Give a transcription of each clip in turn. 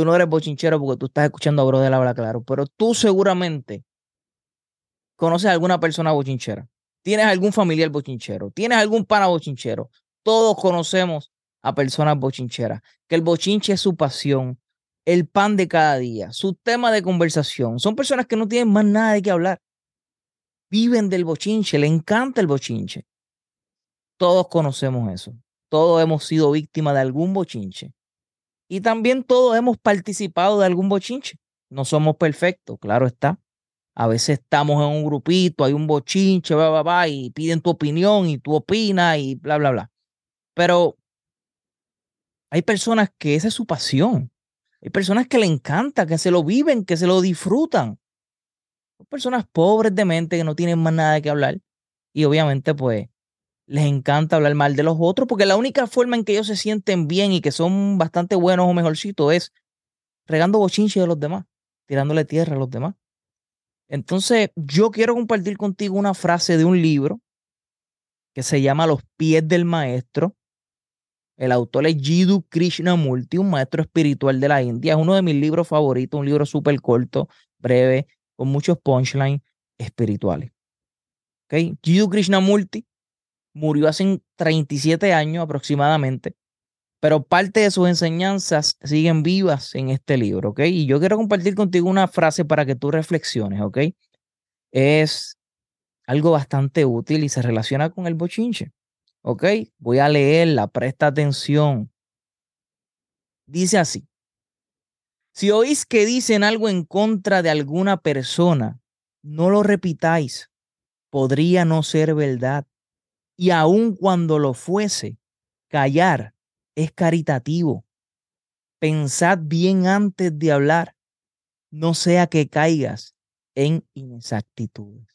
tú no eres bochinchero porque tú estás escuchando a Brother habla claro, pero tú seguramente conoces a alguna persona bochinchera. Tienes algún familiar bochinchero, tienes algún pana bochinchero. Todos conocemos a personas bochincheras, que el bochinche es su pasión, el pan de cada día, su tema de conversación. Son personas que no tienen más nada de qué hablar. Viven del bochinche, le encanta el bochinche. Todos conocemos eso. Todos hemos sido víctimas de algún bochinche. Y también todos hemos participado de algún bochinche. No somos perfectos, claro está. A veces estamos en un grupito, hay un bochinche, y piden tu opinión y tú opinas y bla, bla, bla. Pero hay personas que esa es su pasión. Hay personas que le encanta, que se lo viven, que se lo disfrutan. Son personas pobres de mente que no tienen más nada que hablar. Y obviamente, pues, les encanta hablar mal de los otros, porque la única forma en que ellos se sienten bien y que son bastante buenos o mejorcitos es regando bochinche de los demás, tirándole tierra a los demás. Entonces, yo quiero compartir contigo una frase de un libro que se llama Los pies del maestro. El autor es Jiddu Krishnamurti, un maestro espiritual de la India. Es uno de mis libros favoritos, un libro súper corto, breve, con muchos punchlines espirituales. ¿Okay? Jiddu Krishnamurti murió hace 37 años aproximadamente, pero parte de sus enseñanzas siguen vivas en este libro, ¿ok? Y yo quiero compartir contigo una frase para que tú reflexiones, ¿ok? Es algo bastante útil y se relaciona con el bochinche, ¿ok? Voy a leerla, presta atención. Dice así: si oís que dicen algo en contra de alguna persona, no lo repitáis, podría no ser verdad. Y aun cuando lo fuese, callar es caritativo. Pensad bien antes de hablar, no sea que caigas en inexactitudes.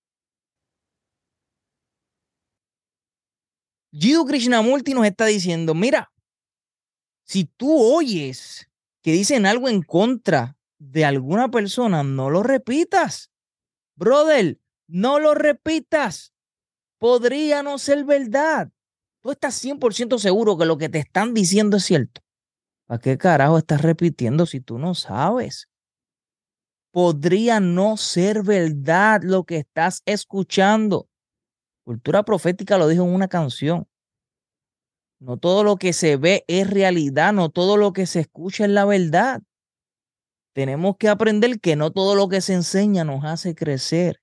Jiddu Krishnamurti nos está diciendo, mira, si tú oyes que dicen algo en contra de alguna persona, no lo repitas. Brother, no lo repitas. Podría no ser verdad. Tú estás 100% seguro que lo que te están diciendo es cierto. ¿Para qué carajo estás repitiendo si tú no sabes? Podría no ser verdad lo que estás escuchando. Cultura Profética lo dijo en una canción. No todo lo que se ve es realidad, no todo lo que se escucha es la verdad. Tenemos que aprender que no todo lo que se enseña nos hace crecer.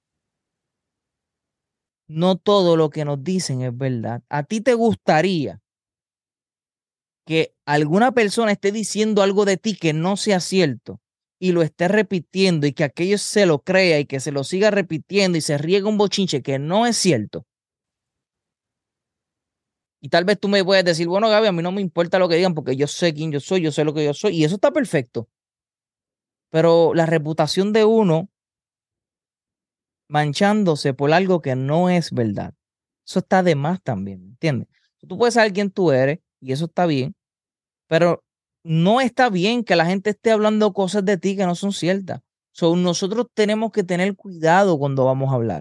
No todo lo que nos dicen es verdad. ¿A ti te gustaría que alguna persona esté diciendo algo de ti que no sea cierto y lo esté repitiendo y que aquello se lo crea y que se lo siga repitiendo y se riega un bochinche que no es cierto? Y tal vez tú me puedes decir, bueno, Gaby, a mí no me importa lo que digan porque yo sé quién yo sé lo que yo soy y eso está perfecto. Pero la reputación de uno manchándose por algo que no es verdad, eso está de más también, ¿entiendes? Tú puedes saber quién tú eres y eso está bien, pero no está bien que la gente esté hablando cosas de ti que no son ciertas. Nosotros tenemos que tener cuidado cuando vamos a hablar,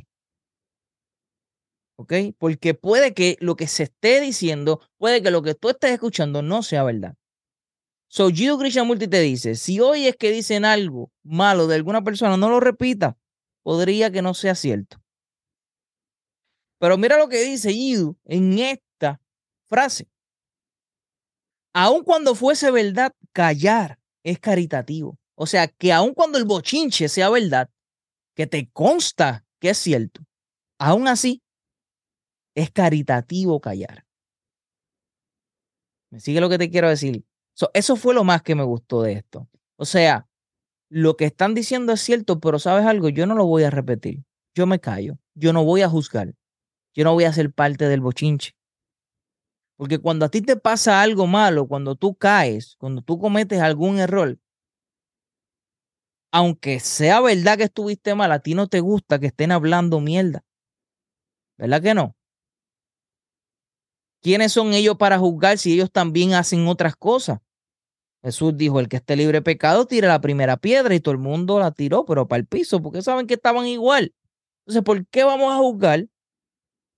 ¿ok? Porque puede que lo que se esté diciendo, puede que lo que tú estés escuchando no sea verdad. Jiddu Krishnamurti te dice, si oyes que dicen algo malo de alguna persona, no lo repita. Podría que no sea cierto. Pero mira lo que dice Jiddu en esta frase. Aun cuando fuese verdad, callar es caritativo. O sea, que aun cuando el bochinche sea verdad, que te consta que es cierto, aún así es caritativo callar. ¿Me sigue lo que te quiero decir? Eso fue lo más que me gustó de esto. O sea, lo que están diciendo es cierto, pero ¿sabes algo? Yo no lo voy a repetir. Yo me callo. Yo no voy a juzgar. Yo no voy a ser parte del bochinche. Porque cuando a ti te pasa algo malo, cuando tú caes, cuando tú cometes algún error, aunque sea verdad que estuviste mal, a ti no te gusta que estén hablando mierda. ¿Verdad que no? ¿Quiénes son ellos para juzgar si ellos también hacen otras cosas? Jesús dijo, el que esté libre de pecado, tire la primera piedra y todo el mundo la tiró, pero para el piso, porque saben que estaban igual. Entonces, ¿por qué vamos a juzgar?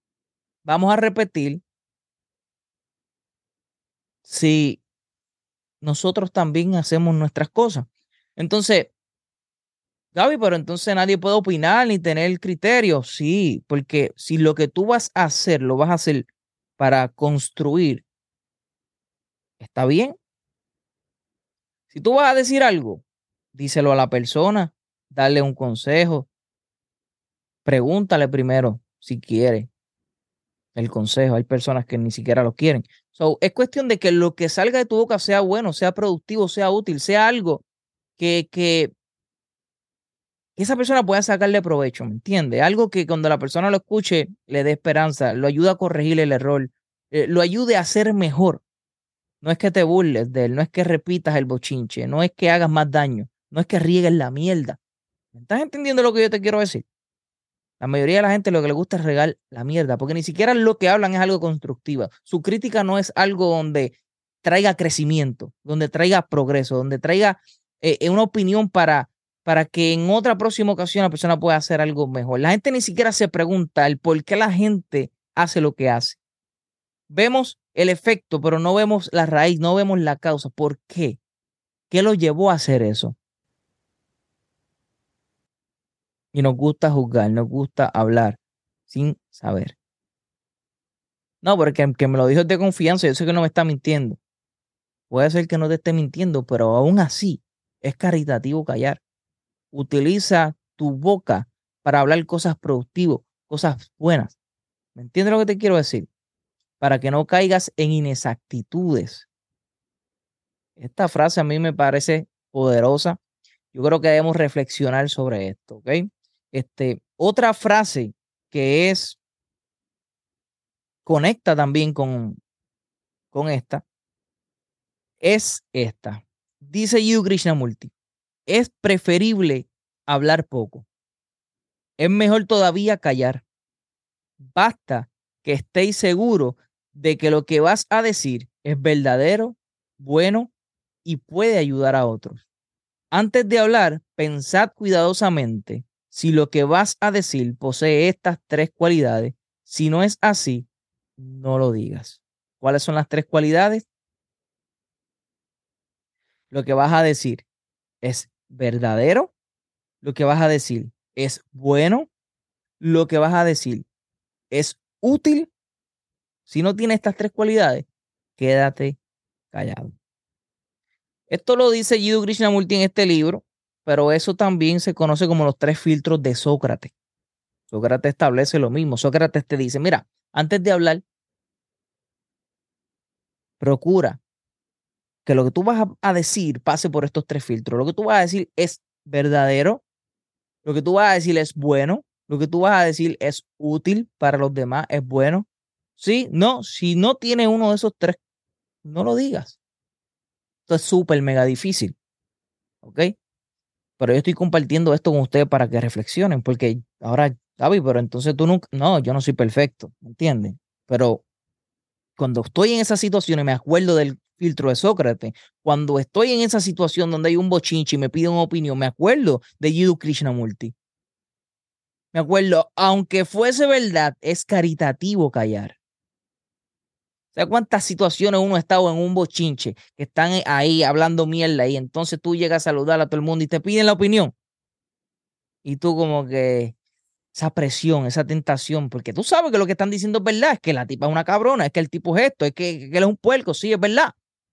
Vamos a repetir si nosotros también hacemos nuestras cosas. Entonces, Gaby, pero entonces nadie puede opinar ni tener criterio. Sí, porque si lo que tú vas a hacer, lo vas a hacer para construir, está bien. Si tú vas a decir algo, díselo a la persona, dale un consejo, pregúntale primero si quiere el consejo. Hay personas que ni siquiera lo quieren. So, es cuestión de que lo que salga de tu boca sea bueno, sea productivo, sea útil, sea algo que esa persona pueda sacarle provecho, ¿me entiendes? Algo que cuando la persona lo escuche le dé esperanza, lo ayude a corregir el error, lo ayude a ser mejor. No es que te burles de él, no es que repitas el bochinche, no es que hagas más daño, no es que riegues la mierda. ¿Me estás entendiendo lo que yo te quiero decir? La mayoría de la gente lo que le gusta es regar la mierda, porque ni siquiera lo que hablan es algo constructivo. Su crítica no es algo donde traiga crecimiento, donde traiga progreso, donde traiga una opinión para que en otra próxima ocasión la persona pueda hacer algo mejor. La gente ni siquiera se pregunta el por qué la gente hace lo que hace. Vemos el efecto, pero no vemos la raíz, no vemos la causa. ¿Por qué? ¿Qué lo llevó a hacer eso? Y nos gusta juzgar, nos gusta hablar sin saber. No, porque el que me lo dijo es de confianza, yo sé que no me está mintiendo. Puede ser que no te esté mintiendo, pero aún así es caritativo callar. Utiliza tu boca para hablar cosas productivas, cosas buenas. ¿Me entiendes lo que te quiero decir? Para que no caigas en inexactitudes. Esta frase a mí me parece poderosa. Yo creo que debemos reflexionar sobre esto, ¿ok? Otra frase que conecta también con esta, es esta. Dice Yu Krishnamurti, es preferible hablar poco. Es mejor todavía callar. Basta que estéis seguros de que lo que vas a decir es verdadero, bueno y puede ayudar a otros. Antes de hablar, pensad cuidadosamente si lo que vas a decir posee estas tres cualidades. Si no es así, no lo digas. ¿Cuáles son las tres cualidades? Lo que vas a decir es verdadero, lo que vas a decir es bueno, lo que vas a decir es útil. Si no tiene estas tres cualidades, quédate callado. Esto lo dice Jiddu Krishnamurti en este libro, pero eso también se conoce como los tres filtros de Sócrates. Sócrates establece lo mismo. Sócrates te dice, mira, antes de hablar, procura que lo que tú vas a decir pase por estos tres filtros. Lo que tú vas a decir es verdadero, lo que tú vas a decir es bueno, lo que tú vas a decir es útil para los demás, es bueno. Sí, no, si no tiene uno de esos tres, no lo digas. Esto es súper mega difícil, ¿ok? Pero yo estoy compartiendo esto con ustedes para que reflexionen, porque ahora, Gaby, pero entonces tú nunca, no, yo no soy perfecto, ¿me entiendes? Pero cuando estoy en esa situación y me acuerdo del filtro de Sócrates, cuando estoy en esa situación donde hay un bochinche y me piden una opinión, me acuerdo de Jiddu Krishnamurti. Me acuerdo, aunque fuese verdad, es caritativo callar. ¿Sabes cuántas situaciones uno ha estado en un bochinche que están ahí hablando mierda y entonces tú llegas a saludar a todo el mundo y te piden la opinión? Y tú como que esa presión, esa tentación, porque tú sabes que lo que están diciendo es verdad, es que la tipa es una cabrona, es que el tipo es esto, que él es un puerco, sí, es verdad.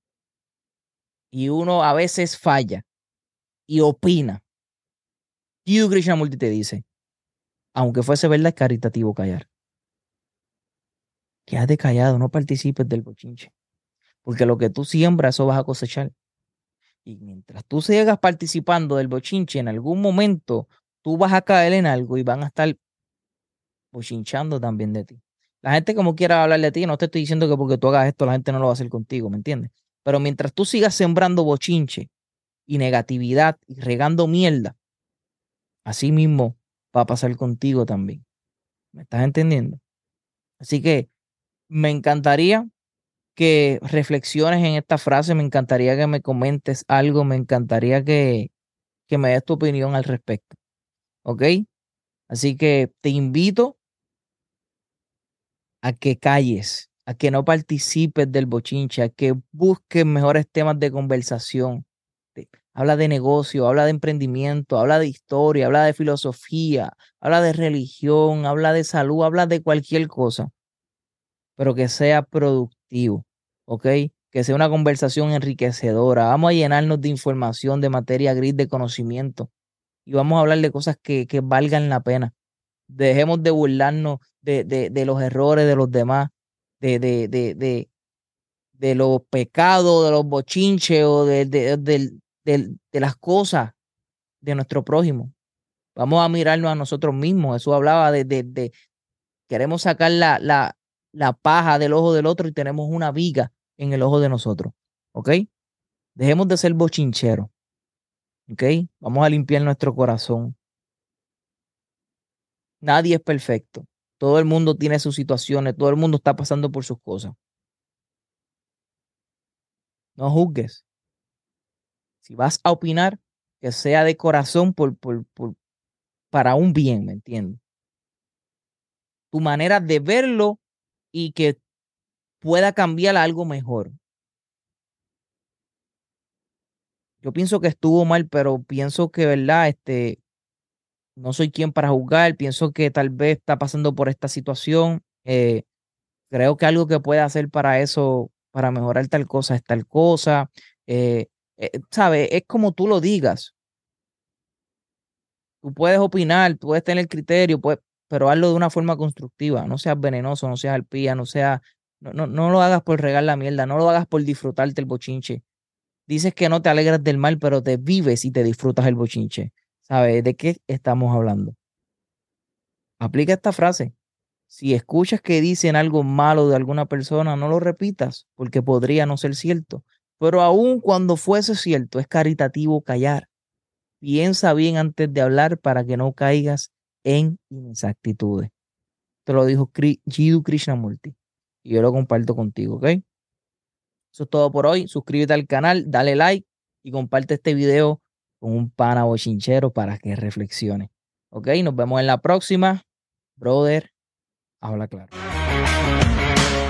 Y uno a veces falla y opina. Y Krishnamurti te dice, aunque fuese verdad, es caritativo callar. Quédate callado, no participes del bochinche, porque lo que tú siembras, eso vas a cosechar. Y mientras tú sigas participando del bochinche, en algún momento tú vas a caer en algo y van a estar bochinchando también de ti. La gente como quiera hablar de ti, no te estoy diciendo que porque tú hagas esto la gente no lo va a hacer contigo, ¿me entiendes? Pero mientras tú sigas sembrando bochinche y negatividad y regando mierda, así mismo va a pasar contigo también. ¿Me estás entendiendo? Así que me encantaría que reflexiones en esta frase, me encantaría que me comentes algo, me encantaría que me des tu opinión al respecto, ¿ok? Así que te invito a que calles, a que no participes del bochinche, a que busques mejores temas de conversación. Habla de negocio, habla de emprendimiento, habla de historia, habla de filosofía, habla de religión, habla de salud, habla de cualquier cosa, pero que sea productivo, ¿ok? Que sea una conversación enriquecedora. Vamos a llenarnos de información, de materia gris, de conocimiento, y vamos a hablar de cosas que valgan la pena. Dejemos de burlarnos de los errores de los demás, de, de, de, de, de los pecados, de los bochinches o de las cosas de nuestro prójimo. Vamos a mirarnos a nosotros mismos. Jesús hablaba de queremos sacar la paja del ojo del otro y tenemos una viga en el ojo de nosotros. ¿Ok? Dejemos de ser bochincheros. ¿Ok? Vamos a limpiar nuestro corazón. Nadie es perfecto. Todo el mundo tiene sus situaciones. Todo el mundo está pasando por sus cosas. No juzgues. Si vas a opinar, que sea de corazón para un bien, ¿me entiendes? Tu manera de verlo y que pueda cambiar a algo mejor. Yo pienso que estuvo mal, pero pienso que, ¿verdad? No soy quien para juzgar. Pienso que tal vez está pasando por esta situación. Creo que algo que puede hacer para eso, para mejorar tal cosa, es tal cosa. ¿Sabes? Es como tú lo digas. Tú puedes opinar, tú puedes tener criterio, pero hazlo de una forma constructiva. No seas venenoso, no seas arpía, no lo hagas por regar la mierda, no lo hagas por disfrutarte el bochinche. Dices que no te alegras del mal, pero te vives y te disfrutas el bochinche. ¿Sabes de qué estamos hablando? Aplica esta frase. Si escuchas que dicen algo malo de alguna persona, no lo repitas, porque podría no ser cierto. Pero aun cuando fuese cierto, es caritativo callar. Piensa bien antes de hablar para que no caigas en inexactitudes. Te lo dijo Jiddu Krishnamurti. Y yo lo comparto contigo, ¿ok? Eso es todo por hoy. Suscríbete al canal, dale like y comparte este video con un pana bochinchero para que reflexione. ¿Ok? Nos vemos en la próxima. Brother, habla claro.